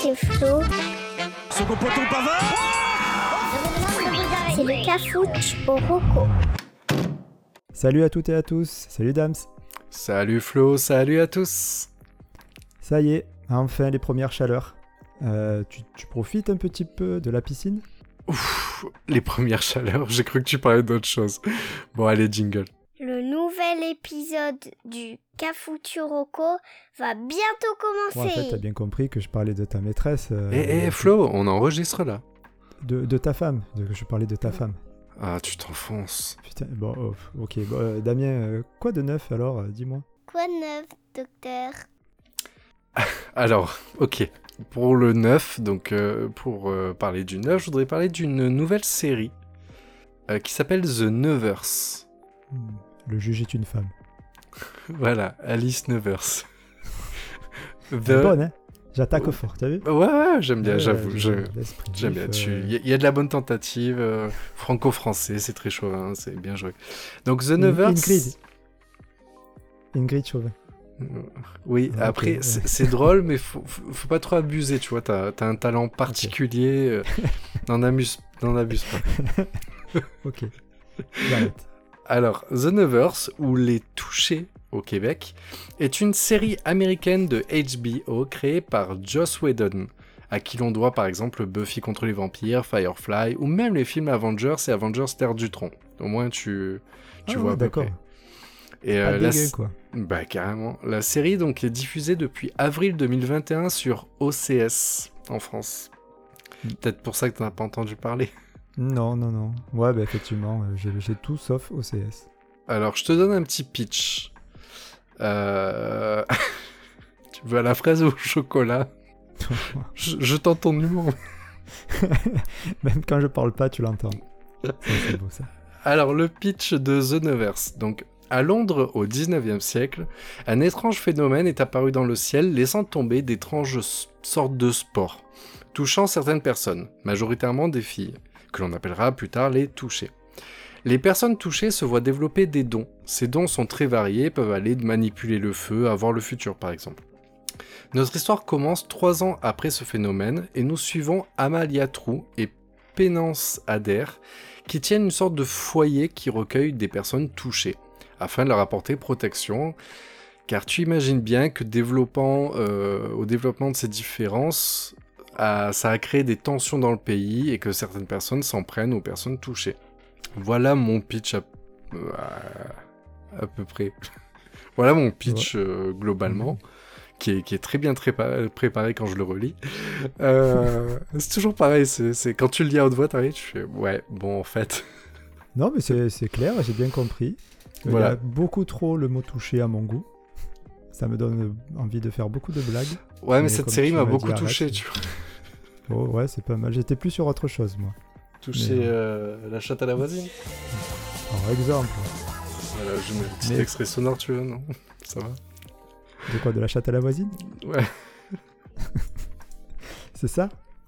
c'est Flo. Second poteau Pavard. C'est le Cafouche au Rocco. Salut à toutes et à tous, salut Dams. Salut Flo, salut à tous. Ça y est, enfin les premières chaleurs. Tu profites un petit peu de la piscine ? Ouf, les premières chaleurs, j'ai cru que tu parlais d'autre chose. Bon allez, jingle. Le nouvel épisode du Cafouche au Rocco va bientôt commencer. En fait, t'as bien compris que je parlais de ta maîtresse. Flo, on enregistre là. De ta femme, que je parlais de ta femme. Ah, tu t'enfonces. Putain, bon, ok. Bon, Damien, quoi de neuf alors dis-moi. Quoi de neuf, docteur ? Alors, ok. Pour le neuf, donc pour parler du neuf, je voudrais parler d'une nouvelle série qui s'appelle The Nevers. Le juge est une femme. Voilà, Alice Nevers. C'est bonne, hein ? J'attaque fort, t'as vu ? Ouais, j'aime bien, j'avoue. J'aime bien. Il y a de la bonne tentative. Franco-français, c'est très chauvin, c'est bien joué. Donc, The Nevers... Ingrid Chauvin. Oui, okay, après, c'est drôle, mais faut pas trop abuser, tu vois. T'as un talent particulier. Okay. N'en abuse pas. Ok, j'arrête. Alors, The Nevers, ou Les Touchés au Québec, est une série américaine de HBO créée par Joss Whedon, à qui l'on doit par exemple Buffy contre les vampires, Firefly, ou même les films Avengers et Avengers Terre du Tron. Au moins tu vois à peu près. Et quoi. Bah carrément. La série donc est diffusée depuis avril 2021 sur OCS en France. Peut-être pour ça que tu n'as pas entendu parler. Non. Ouais, bah effectivement, j'ai tout sauf OCS. Alors, je te donne un petit pitch. Tu veux à la fraise ou au chocolat ? Je tente ton humour. Même quand je parle pas, tu l'entends. C'est beau ça. Alors, le pitch de The Nevers. Donc, à Londres, au 19e siècle, un étrange phénomène est apparu dans le ciel, laissant tomber d'étranges sortes de spores, touchant certaines personnes, majoritairement des filles, que l'on appellera plus tard les touchés. Les personnes touchées se voient développer des dons. Ces dons sont très variés, peuvent aller de manipuler le feu à voir le futur par exemple. Notre histoire commence 3 ans après ce phénomène et nous suivons Amalia True et Pénance Adair qui tiennent une sorte de foyer qui recueille des personnes touchées afin de leur apporter protection. Car tu imagines bien que au développement de ces différences, ça a créé des tensions dans le pays et que certaines personnes s'en prennent aux personnes touchées. Voilà mon pitch à peu près. Voilà mon pitch globalement, qui est très bien préparé quand je le relis. C'est toujours pareil, c'est quand tu le lis à haute voix, tu fais ouais, bon en fait. Non mais c'est clair, j'ai bien compris. Voilà. Il y a beaucoup trop le mot touché à mon goût. Ça me donne envie de faire beaucoup de blagues. Ouais, mais cette série m'a beaucoup touché, tu vois. Oh ouais, c'est pas mal. J'étais plus sur autre chose, moi. Toucher la chatte à la voisine. Par exemple. Voilà, je mets un petit extrait sonore, tu veux, non ? Ça va ? De quoi ? De la chatte à la voisine ? Ouais. C'est ça ?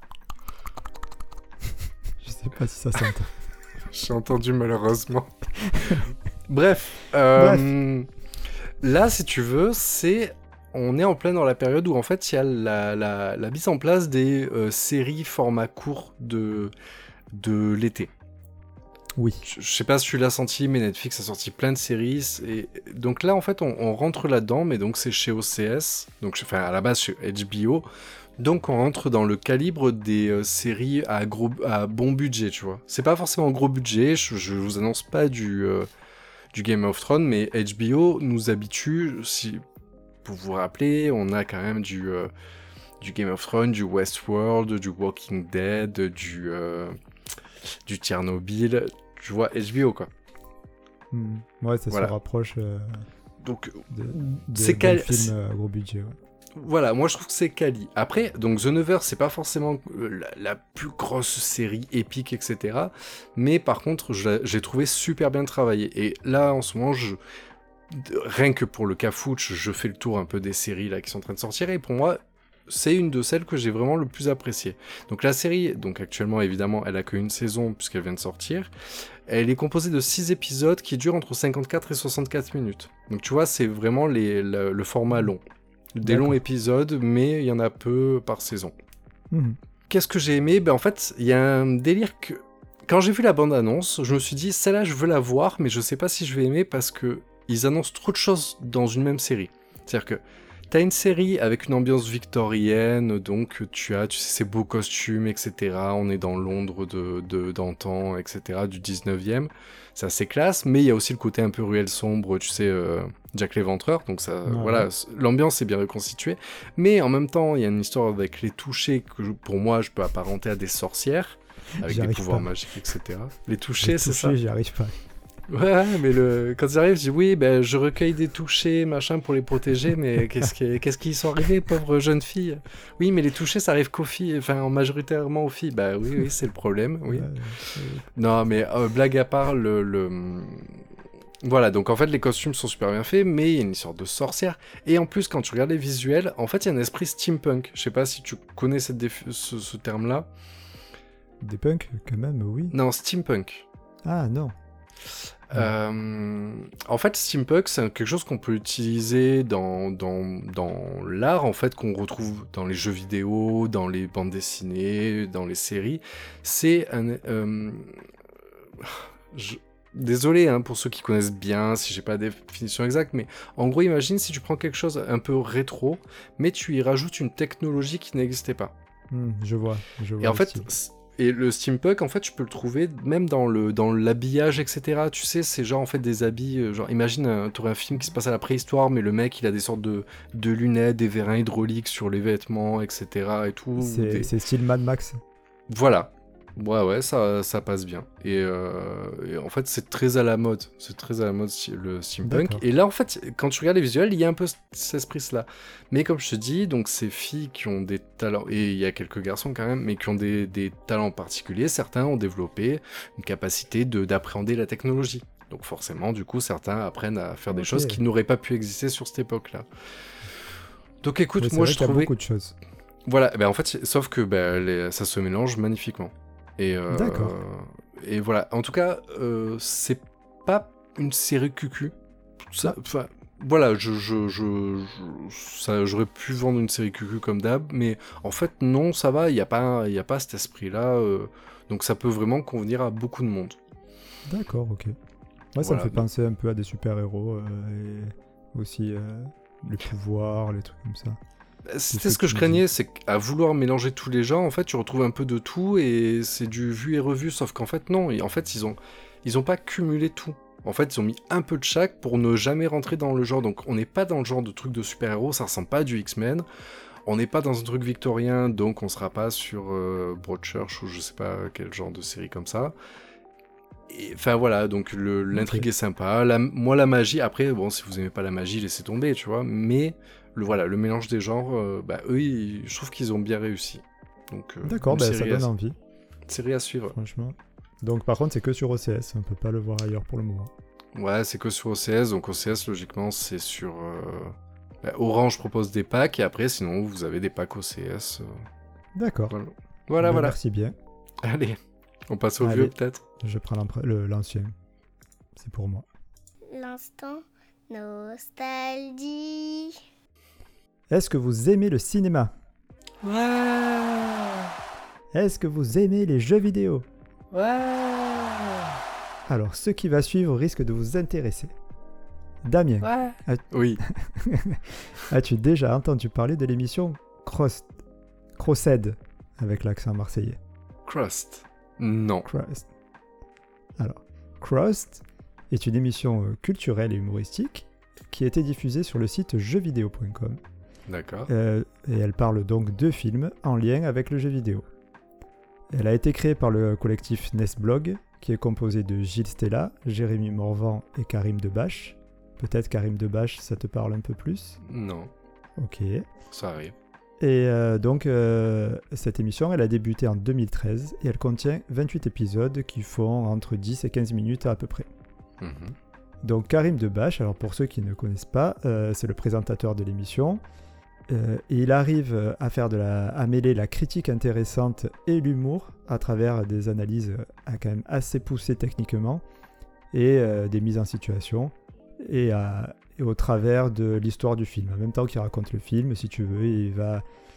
Je sais pas si ça s'entend. J'ai entendu malheureusement. Bref. Là, si tu veux, on est en plein dans la période où en fait il y a la mise en place des séries format court de l'été. Oui. Je sais pas si tu l'as senti, mais Netflix a sorti plein de séries. Et donc là, en fait, on rentre là-dedans, mais donc c'est chez OCS, donc à la base chez HBO. Donc on rentre dans le calibre des séries à bon budget, tu vois. C'est pas forcément gros budget, je vous annonce pas du Game of Thrones, mais HBO nous habitue, si pour vous rappeler, on a quand même du Game of Thrones, du Westworld, du Walking Dead, du Tchernobyl, tu vois, HBO quoi. Ouais, ça se rapproche donc, c'est quel film à gros budget, ouais. Voilà, moi je trouve que c'est quali. Après, donc The Nevers, c'est pas forcément la plus grosse série épique, etc. Mais par contre, j'ai trouvé super bien travaillé. Et là, en ce moment, rien que pour le Cafouche, je fais le tour un peu des séries là qui sont en train de sortir. Et pour moi, c'est une de celles que j'ai vraiment le plus appréciée. Donc la série, donc actuellement, évidemment, elle a qu'une saison puisqu'elle vient de sortir. Elle est composée de 6 épisodes qui durent entre 54 et 64 minutes. Donc tu vois, c'est vraiment le format long. Des longs épisodes, mais il y en a peu par saison. Qu'est-ce que j'ai aimé ? Ben, en fait, il y a un délire que... Quand j'ai vu la bande-annonce, je me suis dit, celle-là, je veux la voir, mais je sais pas si je vais aimer parce que ils annoncent trop de choses dans une même série. C'est-à-dire que t'as une série avec une ambiance victorienne, donc tu sais, ces beaux costumes, etc. On est dans Londres d'antan, etc., du 19e. C'est assez classe, mais il y a aussi le côté un peu ruelle sombre, tu sais, Jack l'Éventreur, donc ça, voilà, l'ambiance est bien reconstituée. Mais en même temps, il y a une histoire avec les touchés que pour moi, je peux apparenter à des sorcières, avec des pouvoirs magiques, etc. Les touchés, c'est ça ? J'y arrive pas. Ouais, mais quand ils arrivent, je dis oui, ben je recueille des touchés, machin, pour les protéger, mais qu'est-ce qui y sont arrivés, pauvres jeunes filles ? Oui, mais les touchés, ça arrive qu'aux filles, enfin, majoritairement aux filles. Bah oui, c'est le problème, oui. Non, mais blague à part, voilà, donc en fait, les costumes sont super bien faits, mais il y a une sorte de sorcière. Et en plus, quand tu regardes les visuels, en fait, il y a un esprit steampunk. Je sais pas si tu connais ce terme-là. Des punks, quand même, oui. Non, steampunk. Ah, non. En fait, steampunk, c'est quelque chose qu'on peut utiliser dans l'art, en fait, qu'on retrouve dans les jeux vidéo, dans les bandes dessinées, dans les séries. C'est un... Désolé pour ceux qui connaissent bien, si j'ai pas la définition exacte, mais en gros, imagine si tu prends quelque chose un peu rétro, mais tu y rajoutes une technologie qui n'existait pas. Je vois. Et en fait... Et le steampunk, en fait, tu peux le trouver même dans l'habillage, etc. Tu sais, c'est genre, en fait, des habits... genre, imagine, t'aurais un film qui se passe à la préhistoire, mais le mec, il a des sortes de lunettes, des vérins hydrauliques sur les vêtements, etc. et tout. C'est style Mad Max. Voilà. Ouais, ça passe bien. Et en fait, c'est très à la mode. C'est très à la mode, le steampunk. D'accord. Et là, en fait, quand tu regardes les visuels, il y a un peu cet esprit-là. Mais comme je te dis, donc ces filles qui ont des talents, et il y a quelques garçons quand même, mais qui ont des talents particuliers, certains ont développé une capacité d'appréhender la technologie. Donc forcément, du coup, certains apprennent à faire des choses qui n'auraient pas pu exister sur cette époque-là. Donc écoute, moi je trouvais... beaucoup de choses. Voilà, en fait, sauf que ça se mélange magnifiquement. D'accord. Et voilà, en tout cas, c'est pas une série cucu. Voilà, j'aurais pu vendre une série cucu comme d'hab, mais en fait, non, ça va, il n'y a pas cet esprit-là, donc ça peut vraiment convenir à beaucoup de monde. D'accord, ok. Ouais, ça me fait penser un peu à des super-héros, et aussi les pouvoirs, les trucs comme ça. C'était ce que je craignais, c'est qu'à vouloir mélanger tous les genres, en fait, tu retrouves un peu de tout et c'est du vu et revu, sauf qu'en fait, non. Et en fait, ils ont pas cumulé tout. En fait, ils ont mis un peu de chaque pour ne jamais rentrer dans le genre. Donc, on n'est pas dans le genre de truc de super-héros, ça ressemble pas à du X-Men. On n'est pas dans un truc victorien, donc on sera pas sur Broadchurch ou je sais pas quel genre de série comme ça. Enfin voilà, donc l'intrigue est sympa. Moi, la magie, après, bon, si vous aimez pas la magie, laissez tomber, tu vois. Mais le mélange des genres, eux, je trouve qu'ils ont bien réussi. Donc, d'accord, ça donne envie. Série à suivre. Franchement. Donc par contre, c'est que sur OCS, on peut pas le voir ailleurs pour le moment. Ouais, c'est que sur OCS, donc OCS, logiquement, c'est sur... Orange propose des packs, et après, sinon, vous avez des packs OCS. D'accord. Voilà. Merci bien. Allez, on passe au vieux, peut-être. Je prends l'ancien. C'est pour moi. L'instant nostalgie. Est-ce que vous aimez le cinéma ? Ouais. Est-ce que vous aimez les jeux vidéo ? Ouais. Alors, ce qui va suivre risque de vous intéresser. Damien. Ouais. Oui. As-tu déjà entendu parler de l'émission Crossed avec l'accent marseillais ? Crust. Non. Crust. Alors, Crust est une émission culturelle et humoristique qui a été diffusée sur le site jeuxvideo.com. D'accord. Et elle parle donc de films en lien avec le jeu vidéo. Elle a été créée par le collectif Nesblog, qui est composé de Gilles Stella, Jérémy Morvan et Karim Debache. Peut-être Karim Debache, ça te parle un peu plus ? Non. Ok. Ça arrive. Et donc, cette émission, elle a débuté en 2013 et elle contient 28 épisodes qui font entre 10 et 15 minutes à peu près. Donc, Karim Debache, alors pour ceux qui ne connaissent pas, c'est le présentateur de l'émission. Et il arrive à mêler la critique intéressante et l'humour à travers des analyses quand même assez poussées techniquement et des mises en situation et au travers de l'histoire du film. En même temps qu'il raconte le film, si tu veux, il va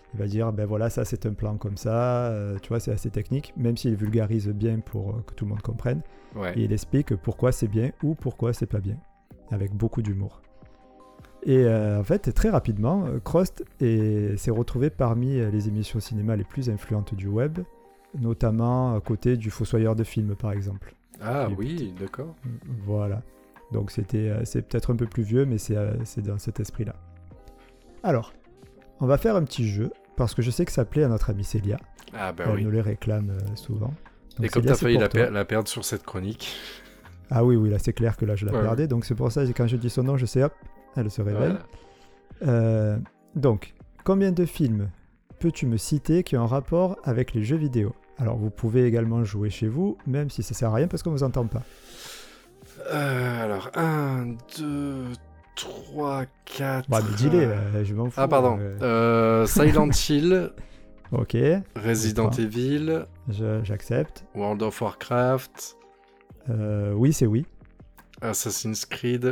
Il va dire, ben voilà, ça c'est un plan comme ça, tu vois, c'est assez technique, même s'il vulgarise bien pour que tout le monde comprenne. Ouais. Et il explique pourquoi c'est bien ou pourquoi c'est pas bien, avec beaucoup d'humour. Et en fait, très rapidement, Crost s'est retrouvé parmi les émissions cinéma les plus influentes du web, notamment à côté du Fossoyeur de films, par exemple. Ah oui, d'accord. Voilà. Donc c'est peut-être un peu plus vieux, mais c'est dans cet esprit-là. Alors, on va faire un petit jeu, parce que je sais que ça plaît à notre amie Célia. Ah bah Elle oui. nous les réclame souvent. Donc, Et comme Célia, t'as failli c'est pour toi. la perdre sur cette chronique. Ah oui, là c'est clair que là je la Ouais, perdais, donc c'est pour ça que quand je dis son nom, je sais, hop, elle se réveille. Voilà. Donc, combien de films peux-tu me citer qui ont un rapport avec les jeux vidéo? Alors, vous pouvez également jouer chez vous, même si ça sert à rien parce qu'on vous entend pas. Alors, 1, 2, 3, 4... Bah, mais dis-les, je m'en fous. Ah pardon. Silent Hill, Ok, Resident Je Evil, j'accepte. World of Warcraft, Oui, c'est oui. Assassin's Creed.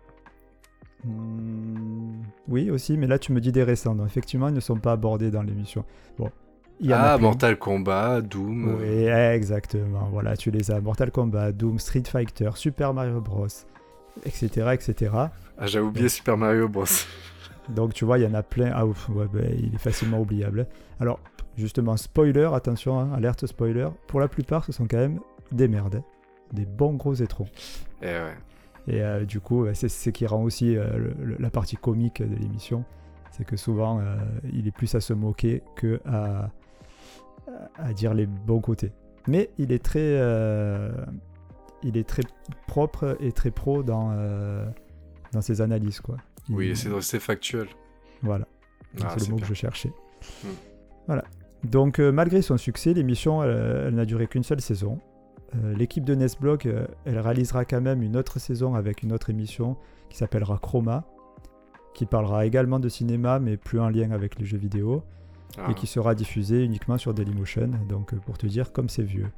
Oui, aussi, mais là, tu me dis des récents. Donc, effectivement, ils ne sont pas abordés dans l'émission. Bon, il y en a plein. Mortal Kombat, Doom. Oui, exactement. Voilà, tu les as. Mortal Kombat, Doom, Street Fighter, Super Mario Bros, etc., etc. Ah, j'avais oublié Super Mario Bros. Donc, tu vois, il y en a plein. Ah, ouf, ouais, ben, il est facilement oubliable. Alors, justement, spoiler, attention, hein, alerte spoiler. Pour la plupart, ce sont quand même des merdes. Hein. Des bons gros étrons. Et ouais. Et du coup, c'est ce qui rend aussi la partie comique de l'émission. C'est que souvent, il est plus à se moquer que à dire les bons côtés. Mais il est très propre et très pro dans ses analyses, quoi. Oui, c'est factuel. Voilà. Ah, c'est le c'est mot bien. que je cherchais. Mm. Voilà. Donc, malgré son succès, l'émission, elle n'a duré qu'une seule saison. L'équipe de Nesblog, elle réalisera quand même une autre saison avec une autre émission qui s'appellera Chroma, qui parlera également de cinéma, mais plus en lien avec les jeux vidéo, et qui sera diffusée uniquement sur Dailymotion. Donc, pour te dire, comme c'est vieux.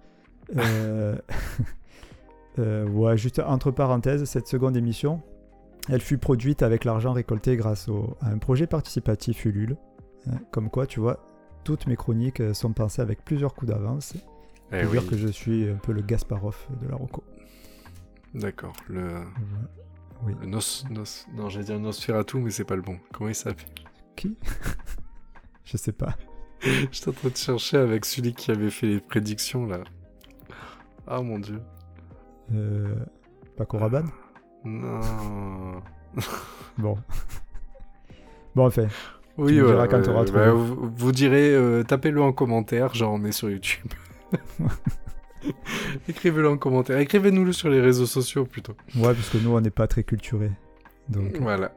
Ouais, juste entre parenthèses, cette seconde émission, elle fut produite avec l'argent récolté grâce à un projet participatif Ulule. Comme quoi, tu vois, toutes mes chroniques sont pensées avec plusieurs coups d'avance. Eh Dire oui. que je suis un peu le Gasparov de la Rocco. D'accord. Oui. Le non, j'allais dire Nosferatu, mais c'est pas le bon. Comment il s'appelle? Qui? Je sais pas. J'étais en train de chercher avec celui qui avait fait les prédictions, là. Ah, mon Dieu. Paco Rabanne? Non. Bon. Bon, enfin. Oui, me voilà, diras quand t'auras trouvé. vous direz, tapez-le en commentaire, genre on est sur YouTube. Écrivez-le en commentaire. Écrivez-nous-le sur les réseaux sociaux, plutôt. Ouais, parce que nous, on n'est pas très culturés. Donc, Voilà.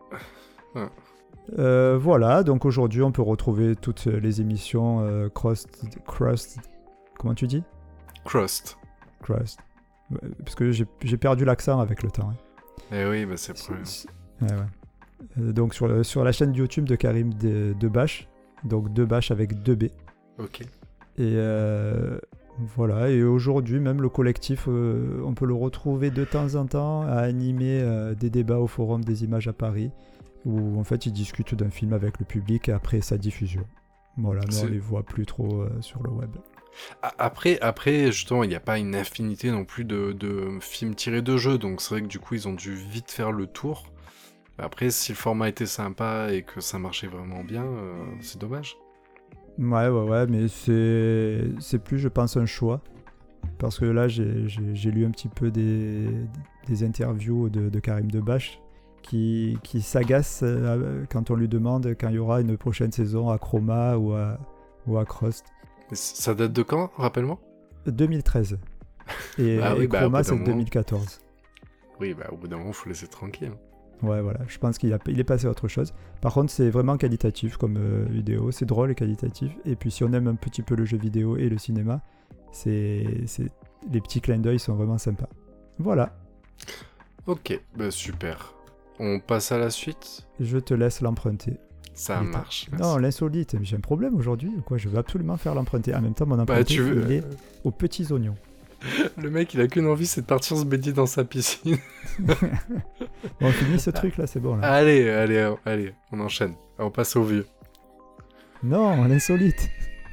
voilà, donc aujourd'hui, on peut retrouver toutes les émissions Crust. Comment tu dis? Crust. Crust. Ouais, parce que j'ai perdu l'accent avec le temps. Hein. Eh oui, bah c'est le problème. Ouais. Donc sur la chaîne YouTube de Karim Debache, donc Debache avec 2B. Ok. Et voilà, et aujourd'hui même le collectif, on peut le retrouver de temps en temps à animer des débats au Forum des images à Paris, où en fait ils discutent d'un film avec le public après sa diffusion. Voilà, mais on les voit plus trop sur le web. Après, justement, il n'y a pas une infinité non plus de films tirés de jeux, donc c'est vrai que du coup, ils ont dû vite faire le tour. Après, si le format était sympa et que ça marchait vraiment bien, c'est dommage. Ouais, mais c'est plus, je pense, un choix. Parce que là, j'ai lu un petit peu des interviews de Karim Debache qui s'agace quand on lui demande quand il y aura une prochaine saison à Chroma ou à Crust. Mais ça date de quand, rappelle-moi? 2013. Et Chroma, c'est 2014. Oui, bah au bout d'un moment, il faut laisser tranquille. Ouais, voilà, je pense qu'il est passé à autre chose. Par contre, c'est vraiment qualitatif comme vidéo, c'est drôle et qualitatif. Et puis, si on aime un petit peu le jeu vidéo et le cinéma, les petits clins d'œil sont vraiment sympas. Voilà. Ok, bah super. On passe à la suite? Je te laisse l'emprunter. Ça marche. Non, l'insolite, j'ai un problème aujourd'hui ou quoi? Je veux absolument faire l'emprunter. En même temps, mon emprunté, il est aux petits oignons. Le mec, il a qu'une envie, c'est de partir se baigner dans sa piscine. Bon, on finit ce truc là, c'est bon là. Allez, on enchaîne. On passe au vieux. Non, l'insolite.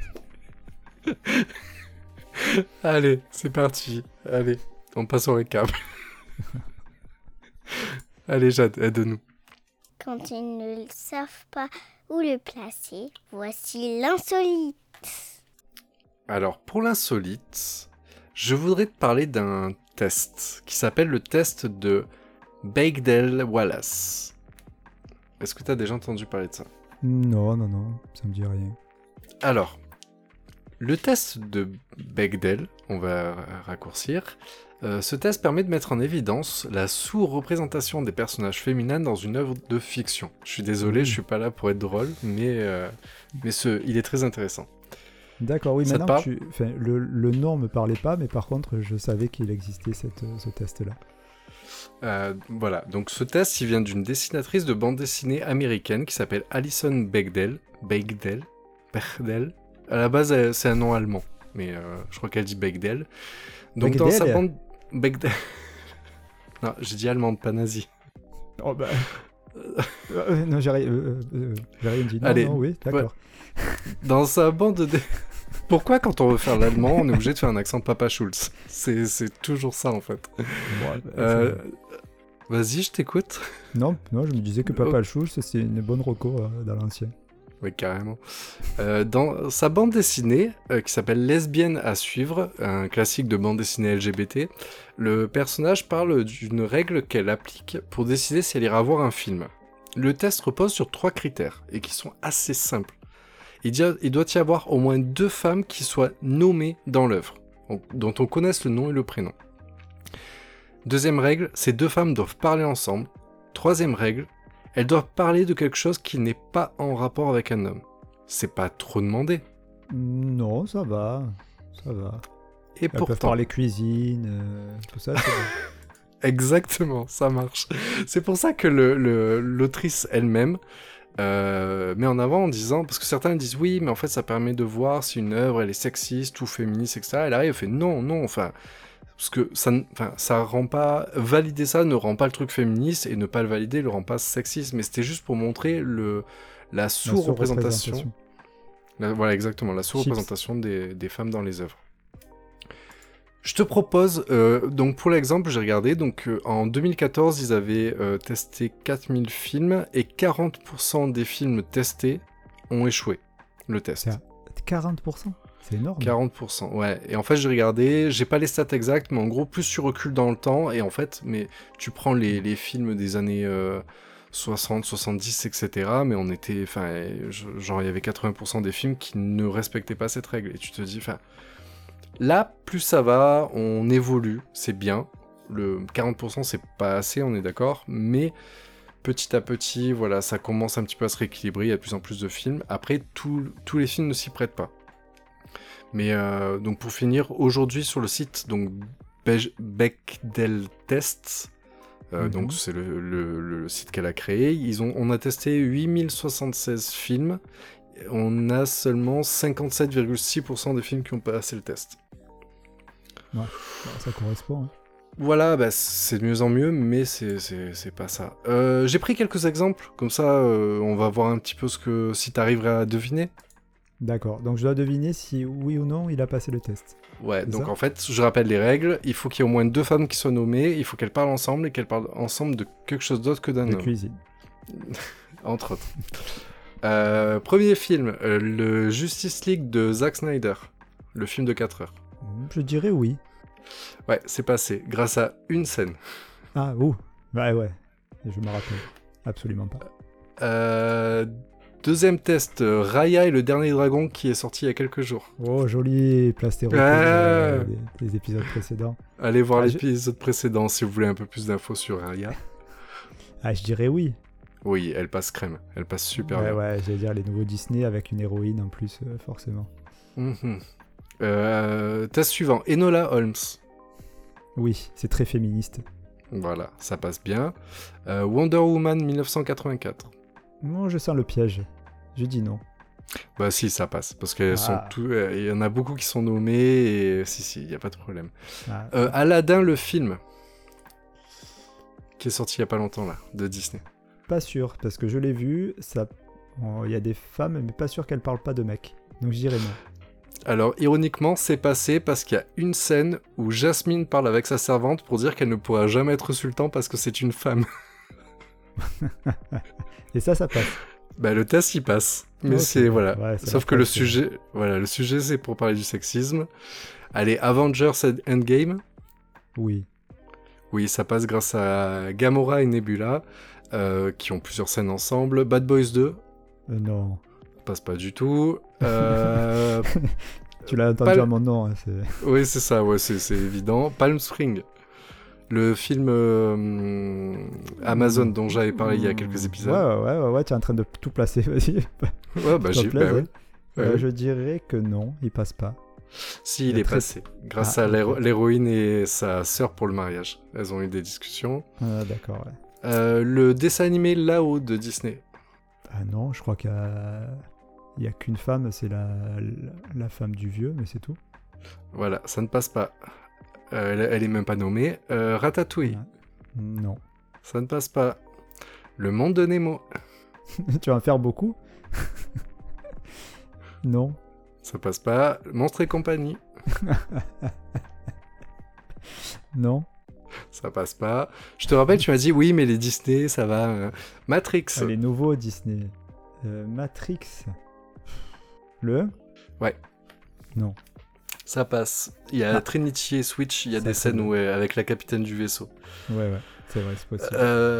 Allez, c'est parti. Allez, on passe au récap. Allez, Jade, aide-nous. Quand ils ne savent pas où le placer, voici l'insolite. Alors, pour l'insolite, je voudrais te parler d'un test qui s'appelle le test de Bechdel-Wallace. Est-ce que tu as déjà entendu parler de ça? Non, ça me dit rien. Alors, le test de Bechdel, on va raccourcir, ce test permet de mettre en évidence la sous-représentation des personnages féminins dans une œuvre de fiction. Je suis désolé, je suis pas là pour être drôle, mais il est très intéressant. D'accord, oui, Ça te maintenant parle le nom me parlait pas, mais par contre, je savais qu'il existait ce test-là. Voilà, donc ce test, il vient d'une dessinatrice de bande dessinée américaine qui s'appelle Alison Bechdel. Bechdel. À la base, c'est un nom allemand, mais je crois qu'elle dit Bechdel. Donc dans sa bande... Bechdel... Non, j'ai dit allemande, pas nazi. Oh bah... non, j'ai rien dit. Non, Allez, non, oui, d'accord. Ouais. Dans sa bande de... Pourquoi quand on veut faire l'allemand, on est obligé de faire un accent Papa Schulz? C'est toujours ça, en fait. Bon, Vas-y, je t'écoute. Non, je me disais que Papa Schulz, c'est une bonne reco dans l'ancien. Oui, carrément. Dans sa bande dessinée, qui s'appelle Lesbienne à suivre, un classique de bande dessinée LGBT, le personnage parle d'une règle qu'elle applique pour décider si elle ira voir un film. Le test repose sur 3 critères, et qui sont assez simples. Il doit y avoir au moins 2 femmes qui soient nommées dans l'œuvre, dont on connaisse le nom et le prénom. Deuxième règle, ces 2 femmes doivent parler ensemble. Troisième règle, elles doivent parler de quelque chose qui n'est pas en rapport avec un homme. C'est pas trop demandé. Non, ça va. Et Elles peuvent pourtant... parler cuisine, tout ça, c'est bon. Exactement, ça marche. C'est pour ça que l'autrice elle-même met en avant en disant, parce que certains disent oui, mais en fait ça permet de voir si une œuvre elle est sexiste ou féministe, etc. Elle arrive et fait non, enfin, parce que ça rend pas, valider ça ne rend pas le truc féministe et ne pas le valider le rend pas sexiste, mais c'était juste pour montrer la sous-représentation. Voilà, exactement, la sous-représentation des femmes dans les œuvres. Je te propose, donc pour l'exemple, j'ai regardé, donc en 2014, ils avaient testé 4000 films et 40% des films testés ont échoué, le test. 40%? C'est énorme. 40%, ouais. Et en fait, j'ai regardé, j'ai pas les stats exactes, mais en gros, plus tu recules dans le temps, et en fait, mais tu prends les films des années 60, 70, etc., mais on était, genre, il y avait 80% des films qui ne respectaient pas cette règle, et tu te dis, là, plus ça va, on évolue, c'est bien. Le 40%, c'est pas assez, on est d'accord, mais petit à petit, voilà, ça commence un petit peu à se rééquilibrer, il y a de plus en plus de films. Après, tous les films ne s'y prêtent pas. Mais donc pour finir, aujourd'hui sur le site, donc Bechdel Tests, donc c'est le site qu'elle a créé, on a testé 8076 films, on a seulement 57,6% des films qui ont passé le test. Ouais, ça correspond. Hein. Voilà, c'est de mieux en mieux, mais c'est pas ça. J'ai pris quelques exemples, comme ça on va voir un petit peu si t'arriverais à deviner. D'accord, donc je dois deviner si oui ou non il a passé le test. Ouais, donc en fait, je rappelle les règles, il faut qu'il y ait au moins 2 femmes qui soient nommées, il faut qu'elles parlent ensemble et qu'elles parlent ensemble de quelque chose d'autre que d'un homme. De cuisine. Entre autres. Premier film, le Justice League de Zack Snyder, le film de 4 heures. Je dirais oui. Ouais, c'est passé, grâce à une scène. Ah, ouh, ouais, je me rappelle. Absolument pas. Deuxième test, Raya et le dernier dragon qui est sorti il y a quelques jours. Oh, joli, plastéro des épisodes précédents. Allez voir l'épisode précédent si vous voulez un peu plus d'infos sur Raya. Ah, je dirais oui. Oui, elle passe crème, elle passe super bien. Ouais, j'allais dire les nouveaux Disney avec une héroïne en plus, forcément. Test suivant, Enola Holmes. Oui, c'est très féministe. Voilà, ça passe bien. Wonder Woman 1984. Moi, je sens le piège. Je dis non. Bah si, ça passe, parce qu'elles sont il y en a beaucoup qui sont nommés, et si, il n'y a pas de problème. Aladdin, le film, qui est sorti il n'y a pas longtemps, là, de Disney. Pas sûr, parce que je l'ai vu, ça Il y a des femmes, mais pas sûr qu'elles parlent pas de mecs. Donc je dirais non. Alors, ironiquement, c'est passé parce qu'il y a une scène où Jasmine parle avec sa servante pour dire qu'elle ne pourra jamais être sultan parce que c'est une femme. Et ça passe. Bah, le test, il passe. Mais Ok. c'est, voilà. Ouais, c'est Sauf la que le phrase, sujet, c'est pour parler du sexisme. Allez, Avengers Endgame. Oui. Oui, ça passe grâce à Gamora et Nebula, qui ont plusieurs scènes ensemble. Bad Boys 2, Non. passe pas du tout. Tu l'as entendu Pas- à mon nom. Hein, c'est... Oui, c'est ça, ouais, c'est évident. Palm Spring, le film Amazon dont j'avais parlé il y a quelques épisodes. Ouais, tu es en train de tout placer, vas-y. Ouais, bah, S'il te plaît, ouais. ouais. Ouais. Je dirais que non, il passe pas. Si, il Il y a est très- passé. Grâce Ah, à ok. l'héroïne et sa sœur pour le mariage. Elles ont eu des discussions. Ah, d'accord, ouais. Le dessin animé Là-haut de Disney. Ah non, je crois qu'il y a qu'une femme, c'est la femme du vieux, mais c'est tout. Voilà, ça ne passe pas. Elle est même pas nommée. Ratatouille, Ouais. Non. ça ne passe pas. Le monde de Nemo, Tu vas en faire beaucoup? Non. ça passe pas. Monstres et compagnie, Non. ça passe pas. Je te rappelle, tu m'as dit oui, mais les Disney, ça va. Matrix, Ah, les nouveaux Disney. Matrix. Le 1? Ouais. Non. ça passe. Il y a Ah. Trinity et Switch, il y a Ça, des c'est scènes bon. où avec la capitaine du vaisseau. Ouais, c'est vrai, c'est possible.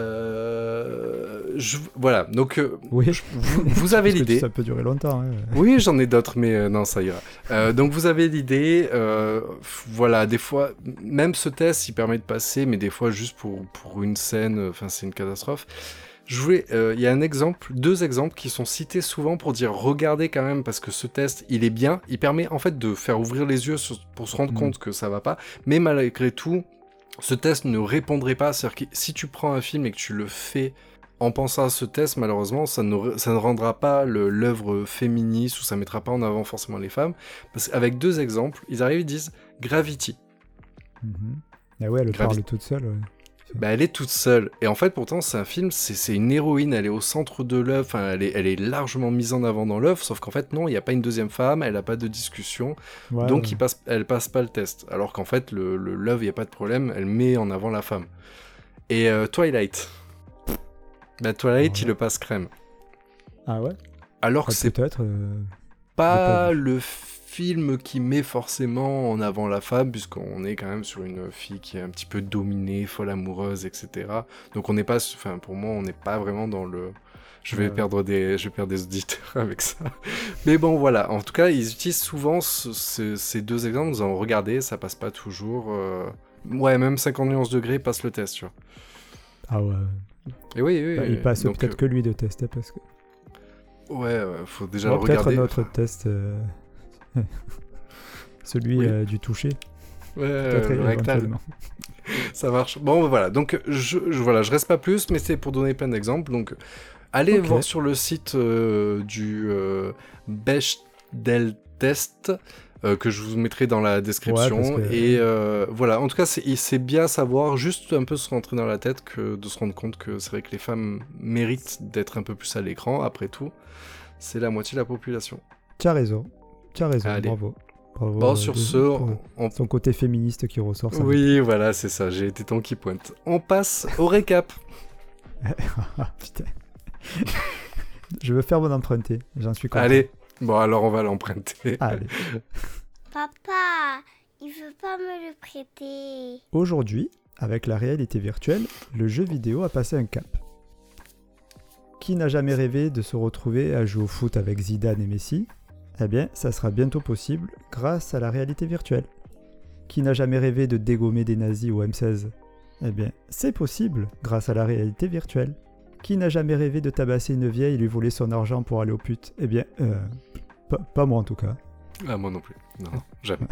Voilà, donc Oui. vous avez Parce que l'idée. Ça peut durer longtemps. Hein. Oui, j'en ai d'autres, mais non, ça ira. Donc vous avez l'idée, voilà, des fois, même ce test, il permet de passer, mais des fois juste pour une scène, enfin c'est une catastrophe. Il y a deux exemples qui sont cités souvent pour dire regardez quand même, parce que ce test, il est bien, il permet en fait de faire ouvrir les yeux pour se rendre compte que ça va pas, mais malgré tout, ce test ne répondrait pas, c'est-à-dire que si tu prends un film et que tu le fais en pensant à ce test, malheureusement, ça ne rendra pas l'œuvre féministe ou ça mettra pas en avant forcément les femmes. Parce qu'avec deux exemples, ils arrivent et disent Gravity. Mhm. Ah ouais, elle parle toute seule. Ouais. Bah, elle est toute seule. Et en fait, pourtant, c'est un film, c'est une héroïne, elle est au centre de l'œuvre, enfin, elle est largement mise en avant dans l'œuvre, sauf qu'en fait, non, il n'y a pas une deuxième femme, elle n'a pas de discussion, Ouais, donc ouais. elle passe pas le test. Alors qu'en fait, l'œuvre, il n'y a pas de problème, elle met en avant la femme. Et Twilight. Bah, Twilight, Ouais. il le passe crème. Ah ouais. Alors que Ah, c'est peut-être. pas j'ai pas vu. le film qui met forcément en avant la femme, puisqu'on est quand même sur une fille qui est un petit peu dominée, folle amoureuse, etc. Donc on n'est pas, enfin pour moi, on n'est pas vraiment dans le. Je vais Ouais. perdre des auditeurs avec ça. Mais bon, voilà. En tout cas, ils utilisent souvent ces deux exemples en disant regardez, ça passe pas toujours. Ouais, même 50 nuances degrés passe le test, tu vois. Ah ouais. Et oui. Bah, il passe donc, peut-être que lui de test, hein, parce que. Ouais, faut déjà Ouais, le peut-être regarder. un autre test. Celui Oui. du toucher. Ouais, Peut-être le rectal. éventuellement. Ça marche. Bon, voilà. Donc, voilà, je reste pas plus, mais c'est pour donner plein d'exemples. Donc, allez Ok. voir sur le site du Bechdel Test, que je vous mettrai dans la description. Ouais, parce que- Et voilà. En tout cas, c'est bien à savoir, juste un peu se rentrer dans la tête, que de se rendre compte que c'est vrai que les femmes méritent d'être un peu plus à l'écran. Après tout, c'est la moitié de la population. Tu as raison. Allez. Bravo. Bravo. Bon, sur ce, on Son côté féministe qui ressort. Ça Oui, voilà, c'est ça. J'ai été ton qui pointe. On passe au récap. Ah, putain. Je veux faire mon emprunté. J'en suis content. Allez. Bon, alors on va l'emprunter. Allez. Papa, il veut pas me le prêter. Aujourd'hui, avec la réalité virtuelle, le jeu vidéo a passé un cap. Qui n'a jamais rêvé de se retrouver à jouer au foot avec Zidane et Messi ? Eh bien, ça sera bientôt possible grâce à la réalité virtuelle. Qui n'a jamais rêvé de dégommer des nazis au M16 ? Eh bien, c'est possible grâce à la réalité virtuelle. Qui n'a jamais rêvé de tabasser une vieille et lui voler son argent pour aller aux putes ? Eh bien, pas moi en tout cas. Ah, moi non plus. Non, jamais.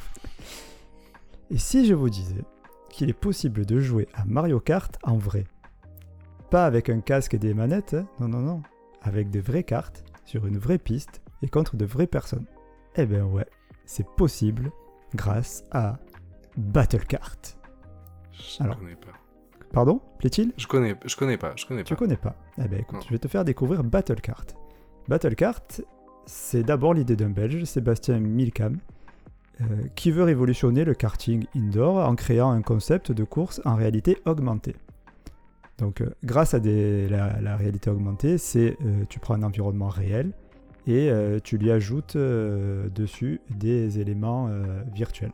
Et si je vous disais qu'il est possible de jouer à Mario Kart en vrai ? Pas avec un casque et des manettes, hein. Non. Avec de vraies cartes, sur une vraie piste et contre de vraies personnes. Eh ben ouais, c'est possible grâce à Battle Kart. Je Alors. connais pas. Pardon, plaît-il ? Je connais pas. Tu connais pas ? Eh ben écoute, Non. je vais te faire découvrir Battle Kart. Battlecart, c'est d'abord l'idée d'un Belge, Sébastien Milcam, qui veut révolutionner le karting indoor en créant un concept de course en réalité augmentée. Donc, grâce à la réalité augmentée, tu prends un environnement réel et tu lui ajoutes dessus des éléments virtuels.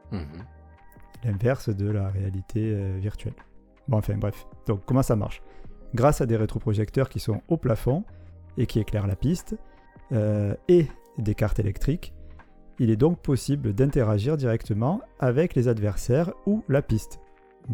L'inverse de la réalité virtuelle. Bon, enfin bref. Donc, comment ça marche ? Grâce à des rétroprojecteurs qui sont au plafond et qui éclairent la piste, et des cartes électriques, il est donc possible d'interagir directement avec les adversaires ou la piste. D'accord ?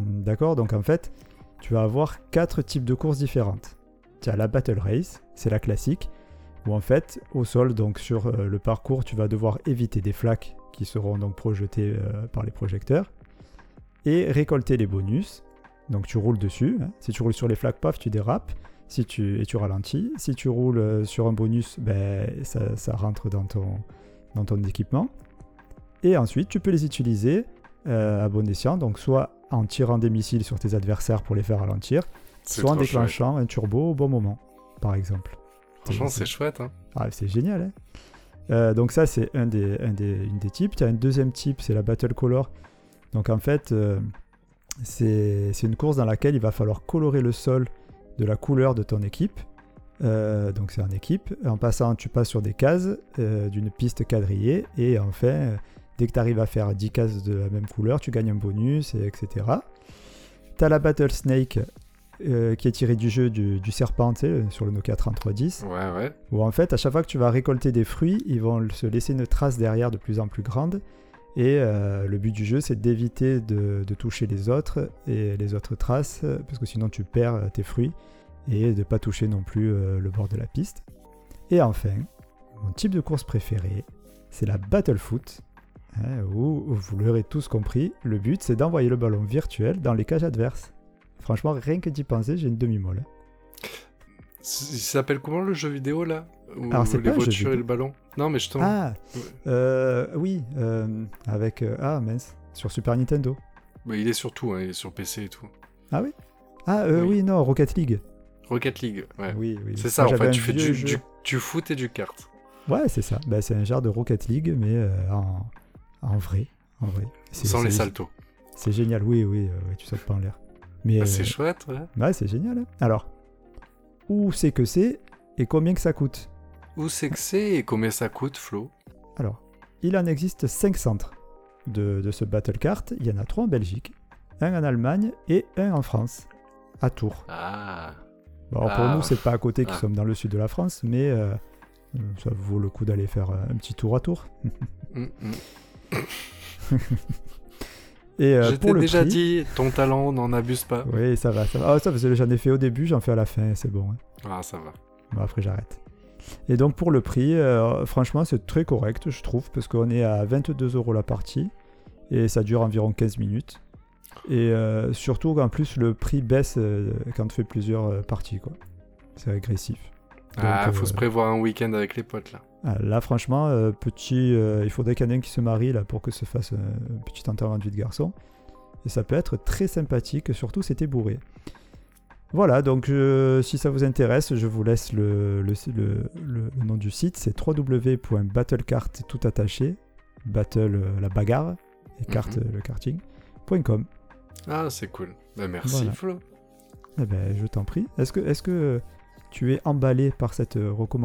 Donc en fait, tu vas avoir 4 types de courses différentes. Tu as la Battle Race, c'est la classique, où en fait, au sol, donc sur le parcours, tu vas devoir éviter des flaques qui seront donc projetées par les projecteurs, et récolter les bonus. Donc tu roules dessus, hein. Si tu roules sur les flaques, paf, tu dérapes, et tu ralentis. Si tu roules sur un bonus, ça rentre dans ton équipement. Et ensuite, tu peux les utiliser à bon escient, donc soit en tirant des missiles sur tes adversaires pour les faire ralentir, soit en déclenchant un turbo au bon moment, par exemple. Franchement, c'est chouette. Hein. Ah, c'est génial. Hein. Donc ça, c'est une des types. Tu as un deuxième type, c'est la Battle Color. Donc en fait, c'est une course dans laquelle il va falloir colorer le sol de la couleur de ton équipe. Donc c'est en équipe. En passant, tu passes sur des cases d'une piste quadrillée. Et enfin, dès que tu arrives à faire 10 cases de la même couleur, tu gagnes un bonus, etc. Tu as la Battle Snake qui est tirée du jeu du serpent, tu sais, sur le Nokia 3310. Ouais. Où en fait, à chaque fois que tu vas récolter des fruits, ils vont se laisser une trace derrière de plus en plus grande. Et le but du jeu, c'est d'éviter de toucher les autres et les autres traces, parce que sinon tu perds tes fruits, et de ne pas toucher non plus le bord de la piste. Et enfin, mon type de course préféré, c'est la Battle Foot, hein, où, vous l'aurez tous compris, le but c'est d'envoyer le ballon virtuel dans les cages adverses. Franchement, rien que d'y penser, j'ai une demi-molle. Il s'appelle comment le jeu vidéo là ? Où Alors, c'est les pas un jeu voitures et vidéo. le ballon ? Non, mais je t'en... Ah, oui, avec... mince, sur Super Nintendo. Bah, il est sur tout, hein, il est sur PC et tout. Ah oui ? Ah, Oui. oui, non, Rocket League. Rocket League, ouais. Oui. C'est ça, Moi, en j'avais fait, un tu fais vieux jeu. du foot et du kart. Ouais, c'est ça. C'est un genre de Rocket League, mais en vrai. Sans les saltos. C'est génial, oui, tu sautes pas en l'air. Mais, C'est chouette, ouais. Ouais, c'est génial. Hein. Alors, où c'est que c'est et combien que ça coûte ? Où c'est que c'est et combien ça coûte, Flo ? Alors, il en existe 5 centres de ce Battlecart. Il y en a 3 en Belgique, un en Allemagne et un en France, à Tours. Ah. Bon, alors pour nous, c'est pas à côté qui sommes dans le sud de la France, mais ça vaut le coup d'aller faire un petit tour à Tours. Et je pour t'ai le déjà prix, dit, ton talent, n'en abuse pas. Oui, ça va. Ah, ça, parce que j'en ai fait au début, j'en fais à la fin, c'est bon. Hein. Ah, ça va. Bon, après, j'arrête. Et donc, pour le prix, franchement, c'est très correct, je trouve, parce qu'on est à 22 € la partie, et ça dure environ 15 minutes. Et surtout, en plus, le prix baisse quand tu fais plusieurs parties, quoi. C'est agressif. Donc, faut se prévoir un week-end avec les potes, là. Là, franchement, il faudrait qu'il y en ait un qui se marie là, pour que se fasse un petit enterrement de vie de garçon. Et ça peut être très sympathique, surtout c'était bourré. Voilà, donc si ça vous intéresse, je vous laisse le nom du site, c'est www.battlecart tout attaché, battle la bagarre, et carte le karting.com. Ah, c'est cool. Merci, Voilà. Flo. Eh ben, je t'en prie. Est-ce que tu es emballé par cette recommandation ?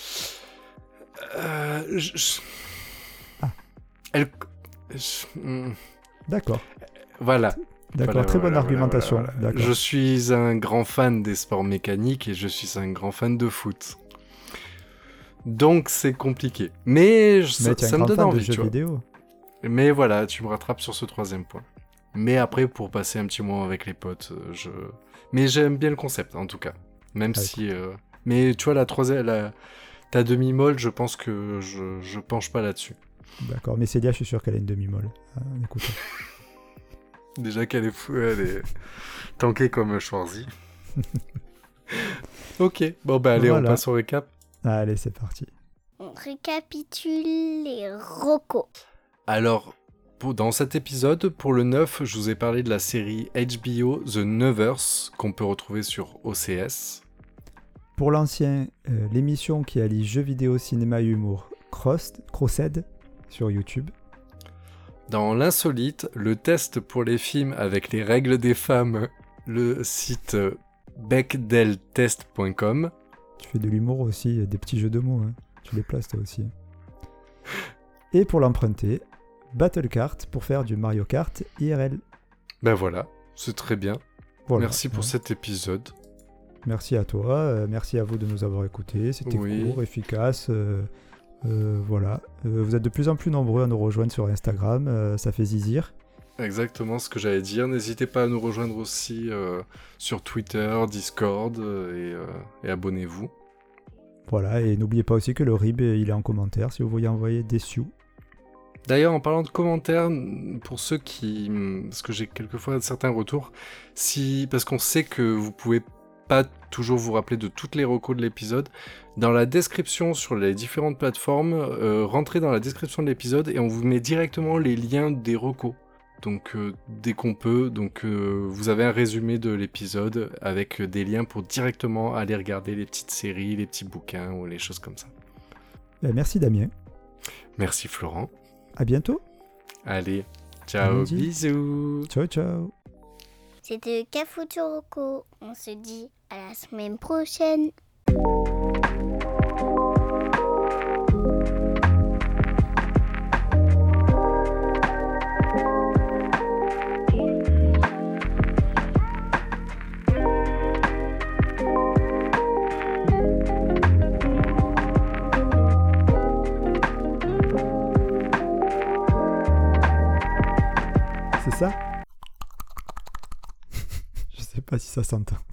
D'accord. Voilà. D'accord, très bonne argumentation. Voilà. D'accord. Je suis un grand fan des sports mécaniques et je suis un grand fan de foot. Donc c'est compliqué. Mais ça me donne envie, de jeux vidéo. Mais voilà, tu me rattrapes sur ce 3e point. Mais après, pour passer un petit moment avec les potes, Mais j'aime bien le concept, en tout cas. Même si... Mais tu vois, ta demi-molle, je pense que je penche pas là-dessus. D'accord, mais Célia, je suis sûr qu'elle a une demi-molle. Écoute. Déjà qu'elle est elle est tankée comme Schwarzy. Ok, bon bah allez, voilà. On passe au récap. Allez, c'est parti. On récapitule les recos. Alors, dans cet épisode, pour le 9, je vous ai parlé de la série HBO The Nevers, qu'on peut retrouver sur OCS. Pour l'ancien, l'émission qui allie jeux vidéo, cinéma et humour, Crossed, sur YouTube. Dans l'insolite, le test pour les films avec les règles des femmes, le site becdeltest.com. Tu fais de l'humour aussi, des petits jeux de mots, hein. Tu les places toi aussi. Et pour l'emprunter, Battle Kart pour faire du Mario Kart IRL. Ben voilà, c'est très bien. Voilà. Merci pour cet épisode. Merci à toi, merci à vous de nous avoir écoutés. C'était court, efficace. Voilà. Vous êtes de plus en plus nombreux à nous rejoindre sur Instagram, ça fait zizir. Exactement ce que j'allais dire. N'hésitez pas à nous rejoindre aussi sur Twitter, Discord et abonnez-vous. Voilà, et n'oubliez pas aussi que le RIB, il est en commentaire si vous voulez envoyer des sioux. D'ailleurs, en parlant de commentaires, pour ceux qui... Parce que j'ai quelquefois certains retours, parce qu'on sait que vous pouvez pas toujours vous rappeler de toutes les recos de l'épisode, dans la description sur les différentes plateformes, rentrez dans la description de l'épisode et on vous met directement les liens des recos. Donc dès qu'on peut, vous avez un résumé de l'épisode avec des liens pour directement aller regarder les petites séries, les petits bouquins ou les choses comme ça. Merci Damien. Merci Florent. À bientôt. Allez, ciao, Lundi. bisous. Ciao, ciao. C'était Cafuturoco. On se dit à la semaine prochaine. C'est ça? Je sais pas si ça s'entend.